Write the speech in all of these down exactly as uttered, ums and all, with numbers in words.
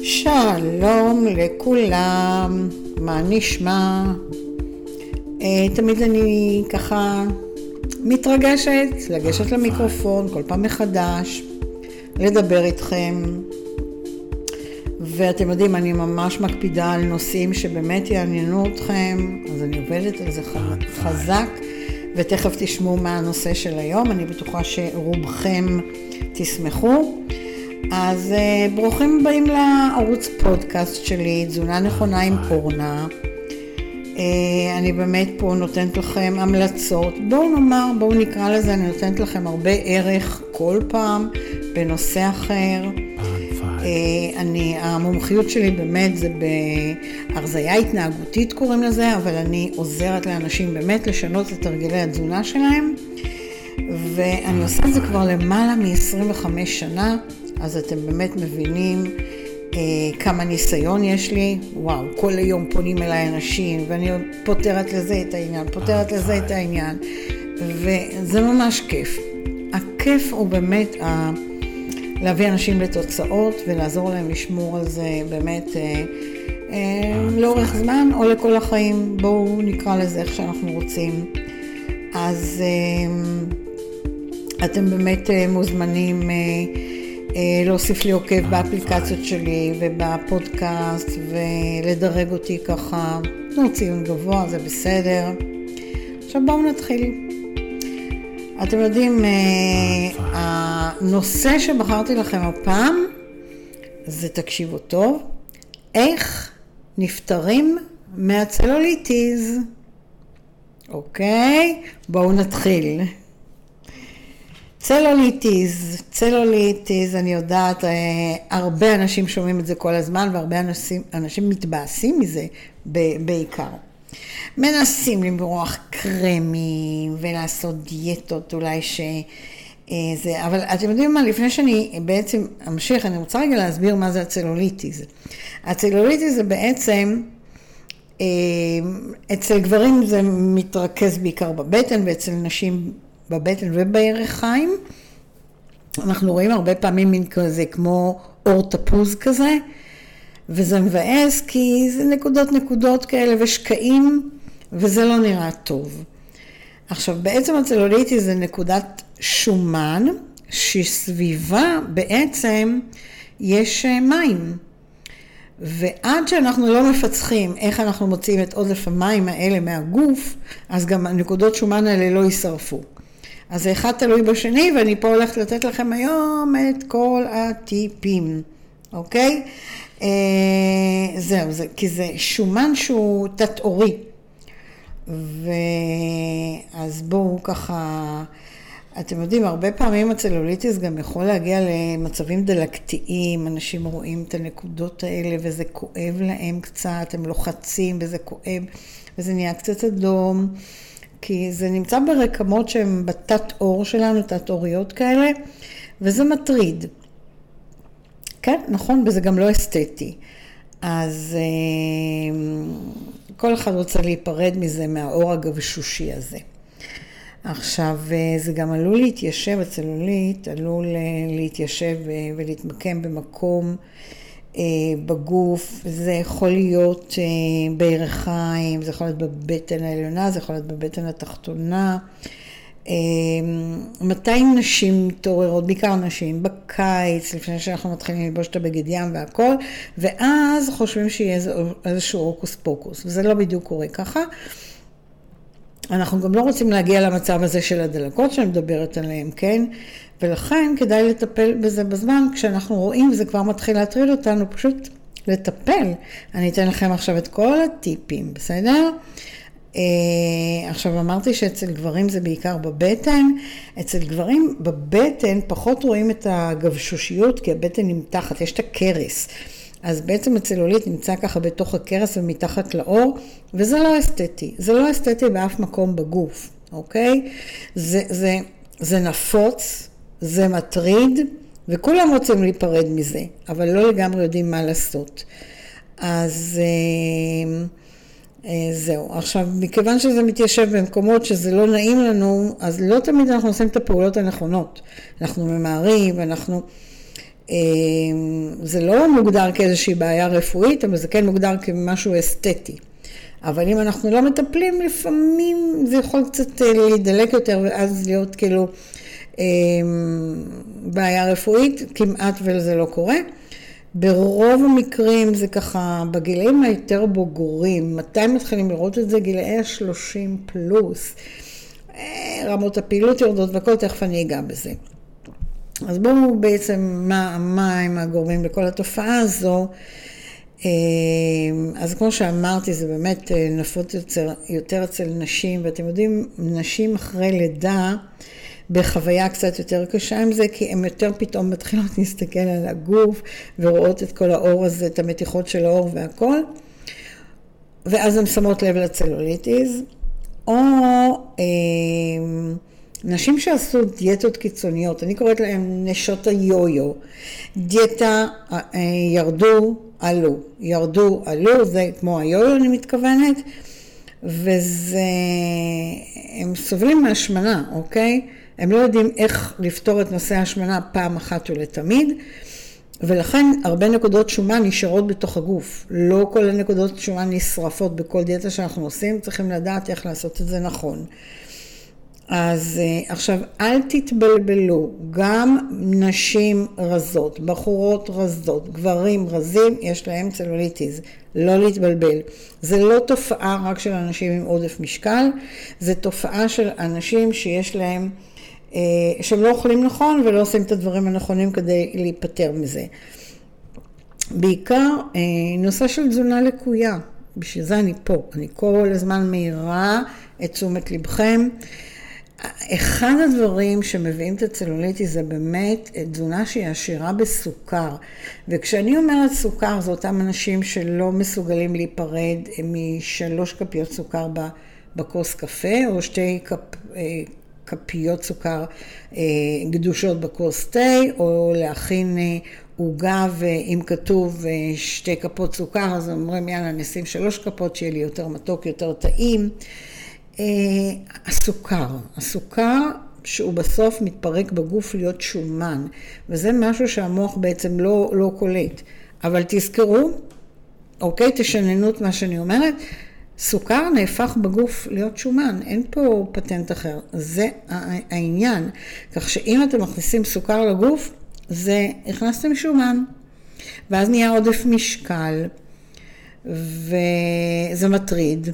שלום לכולם, מה נשמע? תמיד אני ככה מתרגשת לגשת למיקרופון כל פעם מחדש, לדבר איתכם, ואתם יודעים, אני ממש מקפידה על נושאים שבאמת יעניינו אתכם, אז אני עובדת על זה חזק, ותכף תשמעו מה הנושא של היום. אני בטוחה שרובכם תשמחו. אז uh, ברוכים הבאים לערוץ פודקאסט שלי, תזונה נכונה עם אורנה. Uh, אני באמת פה נותנת לכם המלצות, בואו נאמר, בואו נקרא לזה, אני נותנת לכם הרבה ערך כל פעם בנושא אחר. Uh, אני, המומחיות שלי באמת זה בהרזיה התנהגותית קוראים לזה, אבל אני עוזרת לאנשים באמת לשנות את הרגלי התזונה שלהם, ואני עושה את זה כבר למעלה מ-עשרים וחמש שנה, אז אתם באמת מבינים אה, כמה ניסיון יש לי. וואו, כל היום פונים אליי אנשים, ואני פותרת לזה את העניין, פותרת לזה את העניין, וזה ממש כיף. הכיף הוא באמת ה... להביא אנשים לתוצאות, ולעזור להם לשמור על זה באמת אה, אה, לאורך זמן, או לכל החיים, בואו נקרא לזה איך שאנחנו רוצים. אז אה, אתם באמת אה, מוזמנים... אה, להוסיף לי עוקב באפליקציות שלי ובפודקאסט ולדרג אותי ככה, תנו ציון גבוה, זה בסדר. עכשיו בואו נתחיל. אתם יודעים, הנושא שבחרתי לכם הפעם זה, תקשיבו טוב, איך נפטרים מהצלוליטיז. אוקיי, בואו נתחיל. צלוליטיז, צלוליטיז, אני יודעת, הרבה אנשים שומעים את זה כל הזמן, והרבה אנשים, אנשים מתבאסים מזה בעיקר. מנסים למרוח קרמים ולעשות דיאטות אולי שזה, אבל אתם יודעים מה, לפני שאני בעצם אמשיך, אני רוצה רגע להסביר מה זה הצלוליטיז. הצלוליטיז זה בעצם, אצל גברים זה מתרכז בעיקר בבטן, ואצל נשים בבטן ובירכיים. אנחנו רואים הרבה פעמים מין כזה כמו אור תפוז כזה, וזה מבאס כי זה נקודות נקודות כאלה ושקעים, וזה לא נראה טוב. עכשיו בעצם הצלוליטיז זה נקודת שומן שסביבה בעצם יש מים, ועד שאנחנו לא מפצחים איך אנחנו מוציאים את עודף המים האלה מהגוף, אז גם הנקודות שומן האלה לא יישרפו. אז זה אחד תלוי בשני, ואני פה הולכת לתת לכם היום את כל הטיפים, אוקיי? אה, זהו, זה, כי זה שומן שהוא תת-עורי. ואז בואו ככה, אתם יודעים, הרבה פעמים הצלוליטיס גם יכול להגיע למצבים דלקתיים, אנשים רואים את הנקודות האלה וזה כואב להם קצת, הם לוחצים וזה כואב, וזה נהיה קצת אדום, כי זה נמצא ברקמות שהן בתת אור שלנו, תת אוריות כאלה, וזה מטריד. כן, נכון, וזה גם לא אסתטי. אז כל אחד רוצה להיפרד מזה, מהאור הגבשושי הזה. עכשיו, זה גם עלול להתיישב, הצלולית עלול להתיישב ולהתמקם במקום בגוף. זה יכול להיות בירכיים, זה יכול להיות בבטן העליונה, זה יכול להיות בבטן התחתונה. מתי נשים מתעוררות, בעיקר נשים, בקיץ, לפני שאנחנו מתחילים ללבוש את הבגד ים והכל, ואז חושבים שיהיה איזשהו הוקוס פוקוס, וזה לא בדיוק קורה ככה. אנחנו גם לא רוצים להגיע למצב הזה של הדלקות שאני מדברת עליהם, כן? ולכן כדאי לטפל בזה בזמן, כשאנחנו רואים וזה כבר מתחיל להטריד אותנו, פשוט לטפל. אני אתן לכם עכשיו את כל הטיפים, בסדר? עכשיו אמרתי שאצל גברים זה בעיקר בבטן, אצל גברים בבטן פחות רואים את הגבשושיות, כי הבטן נמתחת, יש את הקרס. אז בעצם הצלולית נמצא ככה בתוך הקרס ומתחת לאור, וזה לא אסתטי. זה לא אסתטי באף מקום בגוף, אוקיי? זה, זה, זה נפוץ, זה מטריד, וכולם רוצים להיפרד מזה, אבל לא לגמרי יודעים מה לעשות. אז זהו. עכשיו, מכיוון שזה מתיישב במקומות שזה לא נעים לנו, אז לא תמיד אנחנו עושים את הפעולות הנכונות. אנחנו ממהרים, אנחנו... זה לא מוגדר כאיזושהי בעיה רפואית, אבל זה כן מוגדר כמשהו אסתטי. אבל אם אנחנו לא מטפלים, לפעמים זה יכול קצת להידלק יותר, ואז להיות כאילו בעיה רפואית, כמעט וזה לא קורה. ברוב המקרים זה ככה, בגילאים היותר בוגרים, מתי מתחילים לראות את זה? גילאי ה-שלושים פלוס. רמות הפעילות יורדות וכל, תכף אני אגע בזה. אז בואו בעצם, מה, מה הם הגורמים לכל התופעה הזו? אז כמו שאמרתי, זה באמת נפוץ יותר, יותר אצל נשים, ואתם יודעים, נשים אחרי לידה, בחוויה קצת יותר קשה עם זה, כי הן יותר פתאום מתחילות להסתכל על הגוף, ורואות את כל האור הזה, את המתיחות של האור והכל, ואז הן שמות לב לצלוליטיז, או אה, נשים שעשו דיאטות קיצוניות, אני קוראת להן נשות היו-יו, דיאטה אה, ירדו, עלו, ירדו, עלו, זה כמו היו-יו אני מתכוונת, וזה, הם סובלים מהשמנה, אוקיי? הם לא יודעים איך לפתור את נושא ההשמנה פעם אחת ולתמיד, ולכן הרבה נקודות שומן נשארות בתוך הגוף. לא כל הנקודות שומן נשרפות בכל דיאטה שאנחנו עושים, צריכים לדעת איך לעשות את זה נכון. אז עכשיו, אל תתבלבלו, גם נשים רזות, בחורות רזות, גברים רזים, יש להם צלוליטיז, לא להתבלבל. זה לא תופעה רק של אנשים עם עודף משקל, זה תופעה של אנשים שיש להם, שהם לא אוכלים נכון ולא עושים את הדברים הנכונים כדי להיפטר מזה. בעיקר נושא של תזונה לקויה, בשביל זה אני פה, אני כל הזמן מהירה את תשומת לבכם. אחד הדברים שמביאים את הצלוליטיז זה באמת תזונה שהיא עשירה בסוכר, וכשאני אומרת סוכר זה אותם אנשים שלא מסוגלים להיפרד משלוש כפיות סוכר בכוס קפה, או שתי כפ, כפיות סוכר גדושות בכוס תה, או להכין עוגה ואם כתוב שתי כפות סוכר, אז אומרים יאללה נשים שלוש כפות שיהיה לי יותר מתוק, יותר טעים. הסוכר, הסוכר שהוא בסוף מתפרק בגוף להיות שומן, וזה משהו שהמוח בעצם לא, לא קולט. אבל תזכרו, אוקיי, תשננו את מה שאני אומרת, סוכר נהפך בגוף להיות שומן, אין פה פטנט אחר, זה העניין. כך שאם אתם מכניסים סוכר לגוף, זה הכנסתם שומן, ואז נהיה עודף משקל, וזה מטריד.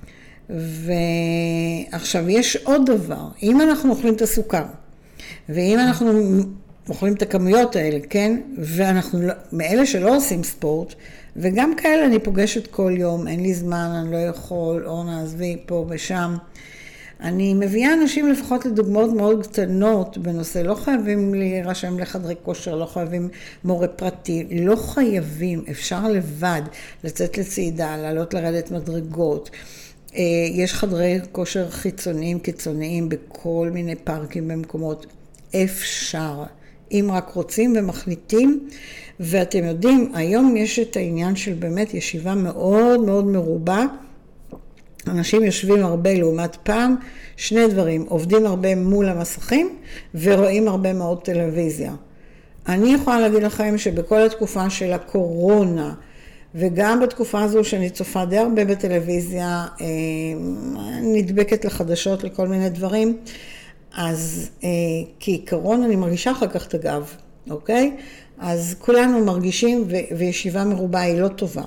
ועכשיו יש עוד דבר, אם אנחנו אוכלים את הסוכר, ואם אנחנו אוכלים את הכמויות האלה, כן? ואנחנו מאלה שלא עושים ספורט, וגם כאלה אני פוגשת כל יום, אין לי זמן, אני לא יכול, או נעזבי פה ושם. אני מביאה אנשים לפחות לדוגמאות מאוד קטנות בנושא, לא חייבים להירשם לחדרי כושר, לא חייבים מורה פרטי, לא חייבים, אפשר לבד לצאת לצעידה, לעלות לרדת מדרגות. יש חדרי כושר חיצוניים, קיצוניים, בכל מיני פארקים במקומות. אפשר, אם רק רוצים ומחליטים. ואתם יודעים, היום יש את העניין של באמת ישיבה מאוד מאוד מרובה. אנשים יושבים הרבה לעומת פעם. שני דברים, עובדים הרבה מול המסכים ורואים הרבה מאוד טלוויזיה. אני יכולה להגיד לכם שבכל התקופה של הקורונה, וגם בתקופה הזו שאני צופה די הרבה בטלוויזיה, נדבקת לחדשות לכל מיני דברים, אז כעיקרון אני מרגישה אחר כך את הגב, אוקיי? אז כולנו מרגישים וישיבה מרובה היא לא טובה.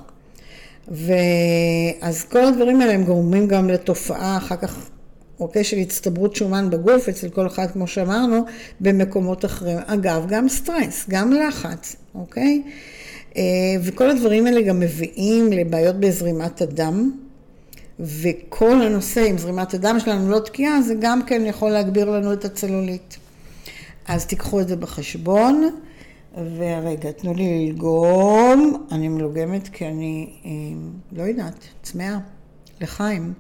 ואז כל הדברים האלה הם גורמים גם לתופעה אחר כך, אוקיי, של הצטברות שומן בגוף, אצל כל אחד כמו שאמרנו, במקומות אחרים. אגב, גם סטרס, גם לחץ, אוקיי? וכל הדברים האלה גם מביאים לבעיות בזרימת הדם, וכל הנושא עם זרימת הדם שלנו לא תקיעה, זה גם כן יכול להגביר לנו את הצלולית. אז תיקחו את זה בחשבון, ורגע, תנו לי ללגום, אני מלוגמת כי אני, לא יודעת, צמאה, לחיים.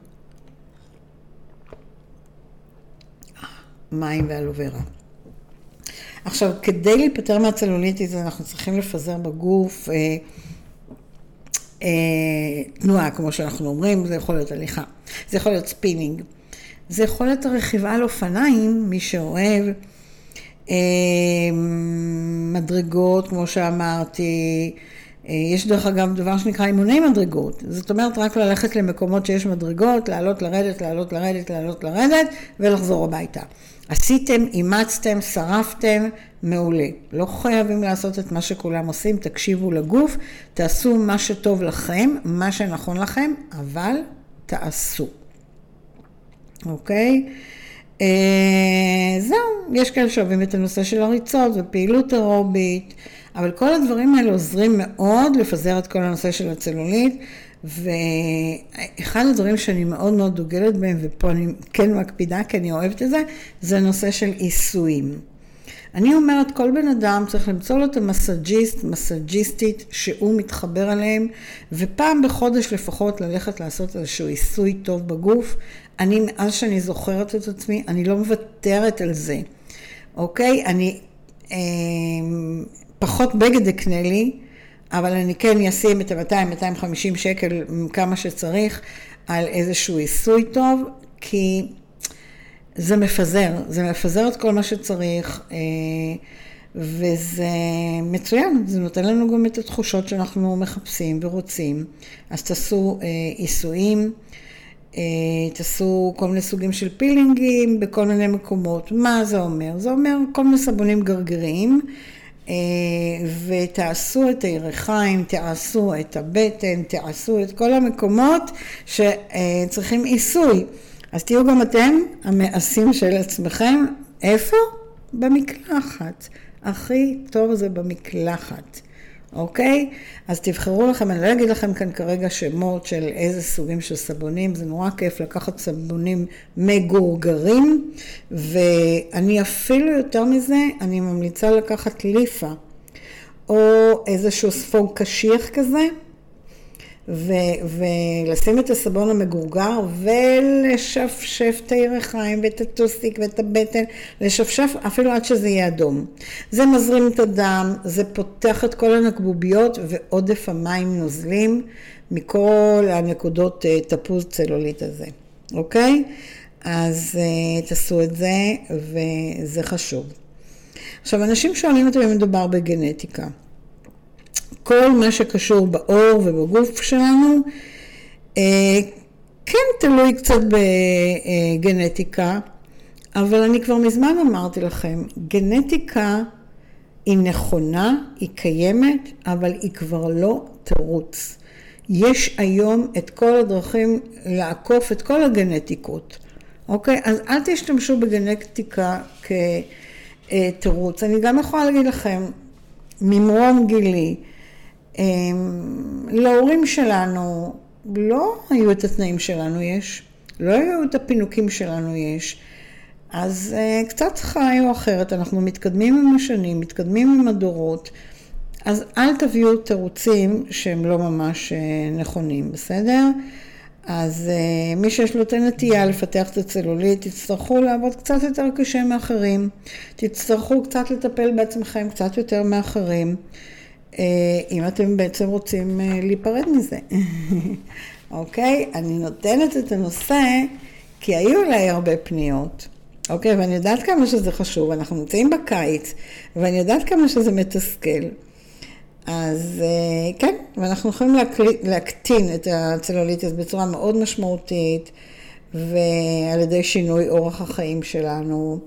מים ואלוברה. עכשיו, כדי להיפטר מהצלוליטיז, אנחנו צריכים לפזר בגוף אה, אה, תנועה, כמו שאנחנו אומרים, זה יכול להיות הליכה, זה יכול להיות ספינינג, זה יכול להיות הרכיבה על אופניים, מי שאוהב, מדרגות, כמו שאמרתי, יש דרך אגב דבר שנקרא אימוני מדרגות, זאת אומרת רק ללכת למקומות שיש מדרגות, לעלות לרדת, לעלות לרדת, לעלות לרדת ולחזור הביתה. עשיתם, אימצתם, שרפתם, מעולה. לא חייבים לעשות את מה שכולם עושים, תקשיבו לגוף, תעשו מה שטוב לכם, מה שנכון לכם, אבל תעשו. אוקיי? אה, זהו, יש כאלה שאוהבים את הנושא של הריצות ופעילות אירובית, אבל כל הדברים האלה עוזרים מאוד לפזר את כל הנושא של הצלוליט, ואחד הדברים שאני מאוד מאוד דוגלת בהם, ופה אני כן מקפידה כי אני אוהבת את זה, זה הנושא של עיסויים. אני אומרת, כל בן אדם צריך למצוא לו את המסאג'יסט, מסאג'יסטית שהוא מתחבר עליהם, ופעם בחודש לפחות ללכת לעשות איזשהו עיסוי טוב בגוף. אני, מאז שאני זוכרת את עצמי, אני לא מוותרת על זה. אוקיי? אני אה, פחות בגד אקנה לי, אבל אני כן אשים את ה-מאתיים מאתיים וחמישים שקל כמה שצריך על איזשהו עיסוי טוב, כי זה מפזר, זה מפזר את כל מה שצריך, וזה מצוין, זה נותן לנו גם את התחושות שאנחנו מחפשים ורוצים. אז תעשו עיסויים, תעשו כל מיני סוגים של פילינגים בכל מיני מקומות. מה זה אומר? זה אומר כל מיני סבונים גרגריים, ותעשו את הירכיים, תעשו את הבטן, תעשו את כל המקומות שצריכים עיסוי. אז תהיו גם אתם המעשים של עצמכם. איפה? במקלחת. הכי טוב זה במקלחת. אוקיי? אז תבחרו לכם, אני לא אגיד לכם כאן כרגע שמות של איזה סוגים של סבונים, זה נורא כיף לקחת סבונים מגורגרים, ואני אפילו יותר מזה, אני ממליצה לקחת ליפה, או איזשהו ספוג קשיח כזה, ו- ולשים את הסבון המגורגר, ולשפשף את הירכיים, ואת הטוסיק, ואת הבטן, לשפשף אפילו עד שזה יהיה אדום. זה מזרים את הדם, זה פותח את כל הנקבוביות, ועודף המים נוזלים, מכל הנקודות תפוז צלוליט הזה. אוקיי? אז uh, תעשו את זה, וזה חשוב. עכשיו, אנשים שואלים אותם אם מדובר בגנטיקה. כל מה שקשור באור ובגוף שלנו, כן תלוי קצת בגנטיקה, אבל אני כבר מזמן אמרתי לכם, גנטיקה היא נכונה, היא קיימת, אבל היא כבר לא תירוץ. יש היום את כל הדרכים לעקוף את כל הגנטיקות. אוקיי? אז אל תשתמשו בגנטיקה כתירוץ. אני גם יכולה להגיד לכם, ממרום גילי, להורים שלנו לא היו את התנאים שלנו יש, לא היו את הפינוקים שלנו יש, אז קצת חיו אחרת, אנחנו מתקדמים עם השנים, מתקדמים עם הדורות, אז אל תביאו תירוצים שהם לא ממש נכונים, בסדר? אז מי שיש לו את הנטייה לפתח את הצלוליט, תצטרכו לעבוד קצת יותר קשה מאחרים, תצטרכו קצת לטפל בעצמכם קצת יותר מאחרים, אם אתם בעצם רוצים להיפרד מזה. אוקיי? אני נותנת את הנושא כי היו אליי הרבה פניות. אוקיי? ואני יודעת כמה שזה חשוב. אנחנו נמצאים בקיץ, ואני יודעת כמה שזה מתסכל. אז כן, ואנחנו יכולים להקטין את הצלוליטיס בצורה מאוד משמעותית, ועל ידי שינוי אורח החיים שלנו.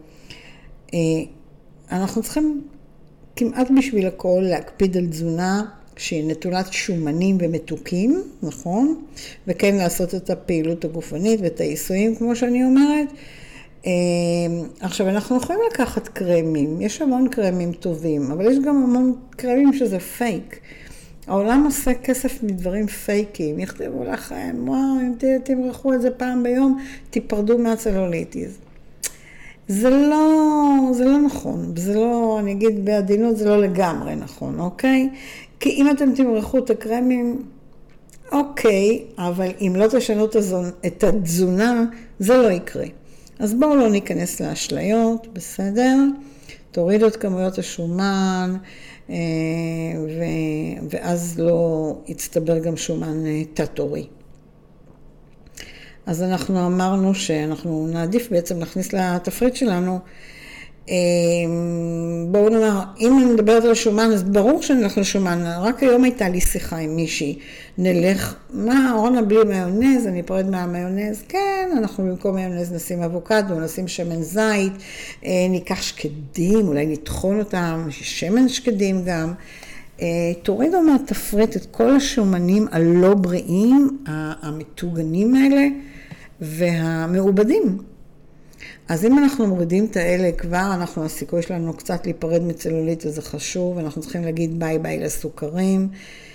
אנחנו צריכים כמעט בשביל הכל להקפיד על תזונה שהיא נטולת שומנים ומתוקים, נכון? וכן לעשות את הפעילות הגופנית ואת העיסויים, כמו שאני אומרת. עכשיו, אנחנו יכולים לקחת קרמים, יש המון קרמים טובים, אבל יש גם המון קרמים שזה פייק. העולם עושה כסף מדברים פייקים, יכתבו לכם, וואו, אם תמרחו את זה פעם ביום, תיפרדו מהצלוליטיס. זה לא, זה לא נכון, זה לא, אני אגיד בעדינות, זה לא לגמרי נכון, אוקיי? כי אם אתם תמרחו את הקרמים, אוקיי, אבל אם לא תשנו את התזונה, זה לא יקרה. אז בואו לא ניכנס לאשליות, בסדר? תורידו את כמויות השומן, ואז לא יצטבר גם שומן תת-עורי. אז אנחנו אמרנו שאנחנו נעדיף בעצם להכניס לתפריט שלנו בואו נאמר, אם אני מדברת על שומן, אז ברור שאני הולך לשומן. רק היום הייתה לי שיחה עם מישהי. נלך, מה, אורנה בלי מיונז, אני אפרד מהמיונז. כן, אנחנו במקום מיונז נשים אבוקדו, נשים שמן זית, ניקח שקדים, אולי נטחון אותם, שמן שקדים גם. תורידו מהתפריט את כל השומנים הלא בריאים, המתוגנים האלה והמעובדים. אז אם אנחנו מורידים את האלה כבר, אנחנו, הסיכוי שלנו קצת להיפרד מצלוליט, וזה חשוב, אנחנו צריכים להגיד ביי ביי לסוכרים,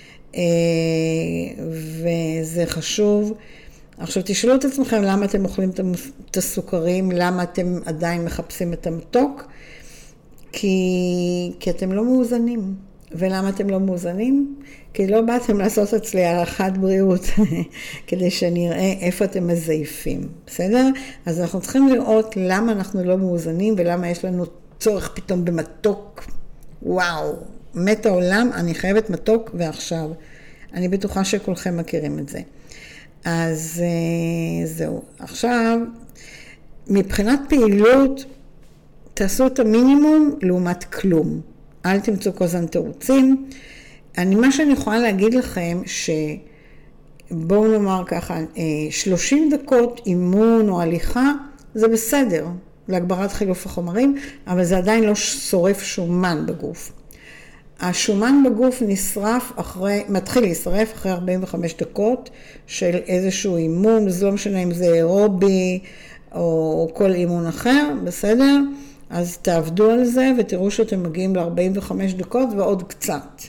וזה חשוב. עכשיו תשאלו את עצמכם למה אתם אוכלים את הסוכרים, למה אתם עדיין מחפשים את המתוק, כי, כי אתם לא מאוזנים. ולמה אתם לא מאוזנים? כי לא באתם לעשות אצלי הערכת בריאות, כדי שאני אראה איפה אתם מזייפים, בסדר? אז אנחנו צריכים לראות למה אנחנו לא מאוזנים, ולמה יש לנו צורך פתאום במתוק. וואו, מת העולם, אני חייבת מתוק ועכשיו. אני בטוחה שכולכם מכירים את זה. אז זהו. עכשיו, מבחינת פעילות, תעשו את המינימום לעומת כלום. אל תמצאו כל זמן תירוצים. אני, מה שאני יכולה להגיד לכם, שבואו נאמר ככה, שלושים דקות אימון או הליכה, זה בסדר, להגברת חילוף החומרים, אבל זה עדיין לא שורף שומן בגוף. השומן בגוף נשרף אחרי, מתחיל להשרף אחרי ארבעים וחמש דקות של איזשהו אימון, זה לא משנה אם זה אירובי או כל אימון אחר, בסדר? אז תעבדו על זה ותראו שאתם מגיעים ל-ארבעים וחמש דקות ועוד קצת.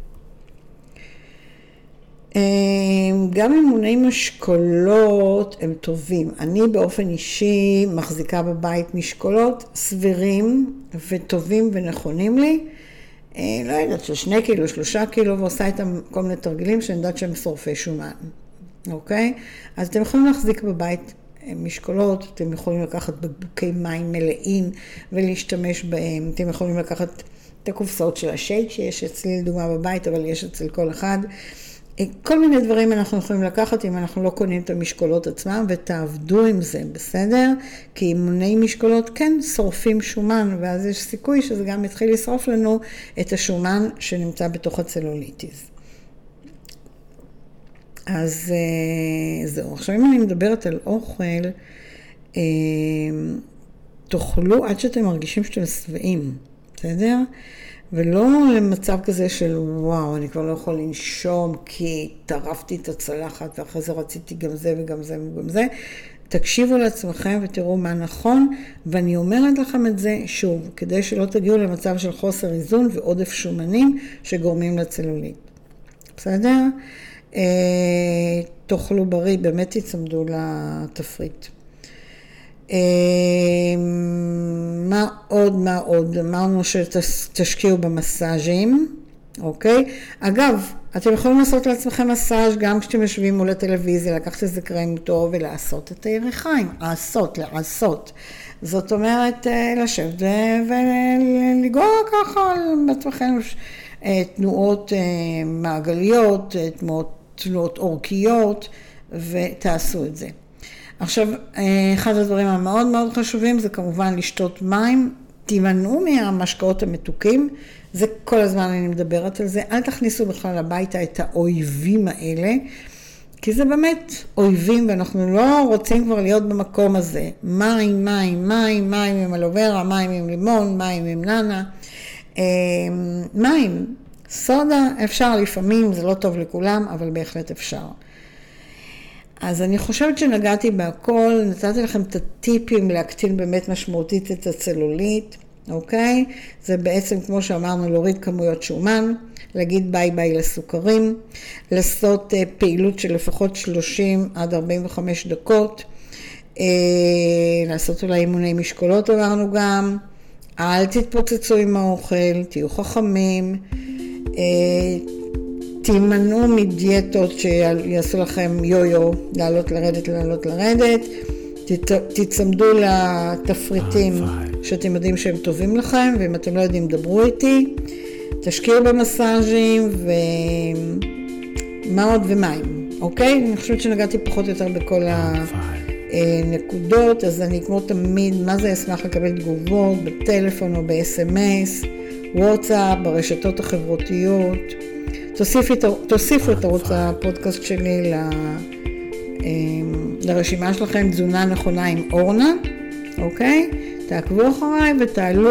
גם אימוני משקולות הם טובים. אני באופן אישי מחזיקה בבית משקולות סבירים וטובים ונכונים לי. לא יודעת, של שני קילו, שלושה קילו, ועושה איתם כל מיני תרגילים שאני יודעת שהם שורפי שומן. אוקיי? אז אתם יכולים להחזיק בבית משקולות, אתם יכולים לקחת בקבוקי מים מלאים ולהשתמש בהם, אתם יכולים לקחת את הקופסאות של השייק שיש אצלי לדוגמה בבית, אבל יש אצל כל אחד. כל מיני דברים אנחנו יכולים לקחת אם אנחנו לא קונים את המשקולות עצמם, ותעבדו עם זה, בסדר? כי אימוני משקולות כן שורפים שומן, ואז יש סיכוי שזה גם יתחיל לשרוף לנו את השומן שנמצא בתוך הצלוליטיס. אז זהו. עכשיו אם אני מדברת על אוכל, תאכלו עד שאתם מרגישים שאתם שבעים, בסדר? ולא למצב כזה של וואו, אני כבר לא יכול לנשום כי טרפתי את הצלחת ואחרי זה רציתי גם זה וגם זה וגם זה. תקשיבו לעצמכם ותראו מה נכון, ואני אומרת לכם את זה שוב, כדי שלא תגיעו למצב של חוסר איזון ועודף שומנים שגורמים לצלולית. בסדר? תאכלו בריא, באמת תצמדו לתפריט. מה עוד, מה עוד? אמרנו שתשקיעו במסאז'ים, אוקיי? אגב, אתם יכולים לעשות לעצמכם מסאז' גם כשאתם יושבים מול הטלוויזיה, לקחת איזה קרם טוב ולעשות את הירכיים, לעשות, לעשות. זאת אומרת, לשבת ולגוע ככה בעצמכם תנועות מעגליות, תנועות, תנועות אורכיות, ותעשו את זה. עכשיו, אחד הדברים המאוד מאוד חשובים זה כמובן לשתות מים, תימנעו מהמשקאות המתוקים, זה כל הזמן אני מדברת על זה, אל תכניסו בכלל הביתה את האויבים האלה, כי זה באמת אויבים ואנחנו לא רוצים כבר להיות במקום הזה. מים, מים, מים, מים עם אלוברה, מים עם לימון, מים עם ננה, מים, סודה אפשר לפעמים, זה לא טוב לכולם, אבל בהחלט אפשר. אז אני חושבת שנגעתי בהכל, נתתי לכם את הטיפים להקטין באמת משמעותית את הצלולית, אוקיי? זה בעצם כמו שאמרנו להוריד כמויות שומן, להגיד ביי ביי לסוכרים, לעשות פעילות של לפחות שלושים עד ארבעים וחמש דקות, לעשות אולי אימוני משקולות אמרנו גם, אל תתפוצצו עם האוכל, תהיו חכמים, תימנעו מדיאטות שיעשו לכם יו-יו, לעלות לרדת, לעלות לרדת, תצמדו לתפריטים שאתם יודעים שהם טובים לכם, ואם אתם לא יודעים, דברו איתי, תשקיעו במסאז'ים ומה עוד ומים, אוקיי? אני חושבת שנגעתי פחות או יותר בכל נקודות, אז אני כמו תמיד, מה זה אשמח לקבל תגובות בטלפון או ב-אס אם אס, וואטסאפ, ברשתות החברתיות. תוסיפו, תוסיפו את ערוץ הפודקאסט שלי ל, לרשימה שלכם, תזונה נכונה עם אורנה, אוקיי? תעקבו אחריי ותעלו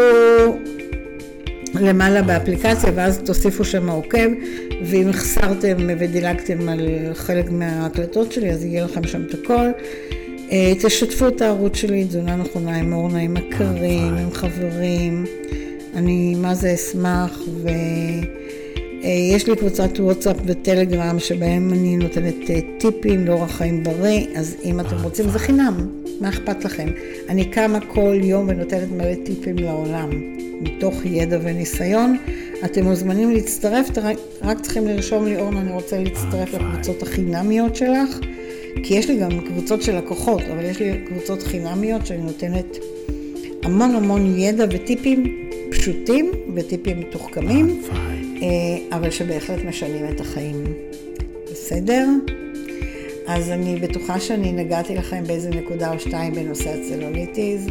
למעלה באפליקציה, ואז תוסיפו שם עוקב, ואם החסרתם ודילגתם על חלק מההקלטות שלי, אז יהיה לכם שם את הכל. תשתפו את הערוץ שלי, תזונה נכונה עם אורנה, עם מכרים, עם חברים. אני מה זה אשמח, ויש לי קבוצת וואטסאפ וטלגרם שבהם אני נותנת טיפים לאורח חיים בריא, אז אם אתם רוצים זה חינם, מה אכפת לכם? אני קמה כל יום ונותנת מלא טיפים לעולם, מתוך ידע וניסיון. אתם מוזמנים להצטרף, רק צריכים לרשום לי, אורנה, אני רוצה להצטרף לקבוצות החינמיות שלך, כי יש לי גם קבוצות של לקוחות, אבל יש לי קבוצות חינמיות שאני נותנת המון המון ידע וטיפים פשוטים וטיפים מתוחכמים, אבל שבהחלט משנים את החיים. בסדר? אז אני בטוחה שאני נגעתי לכם באיזה נקודה או שתיים בנושא הצלוליטיז,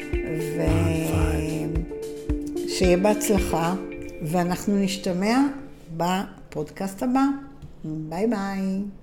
ושיהיה בהצלחה, ואנחנו נשתמע בפודקאסט הבא. ביי ביי.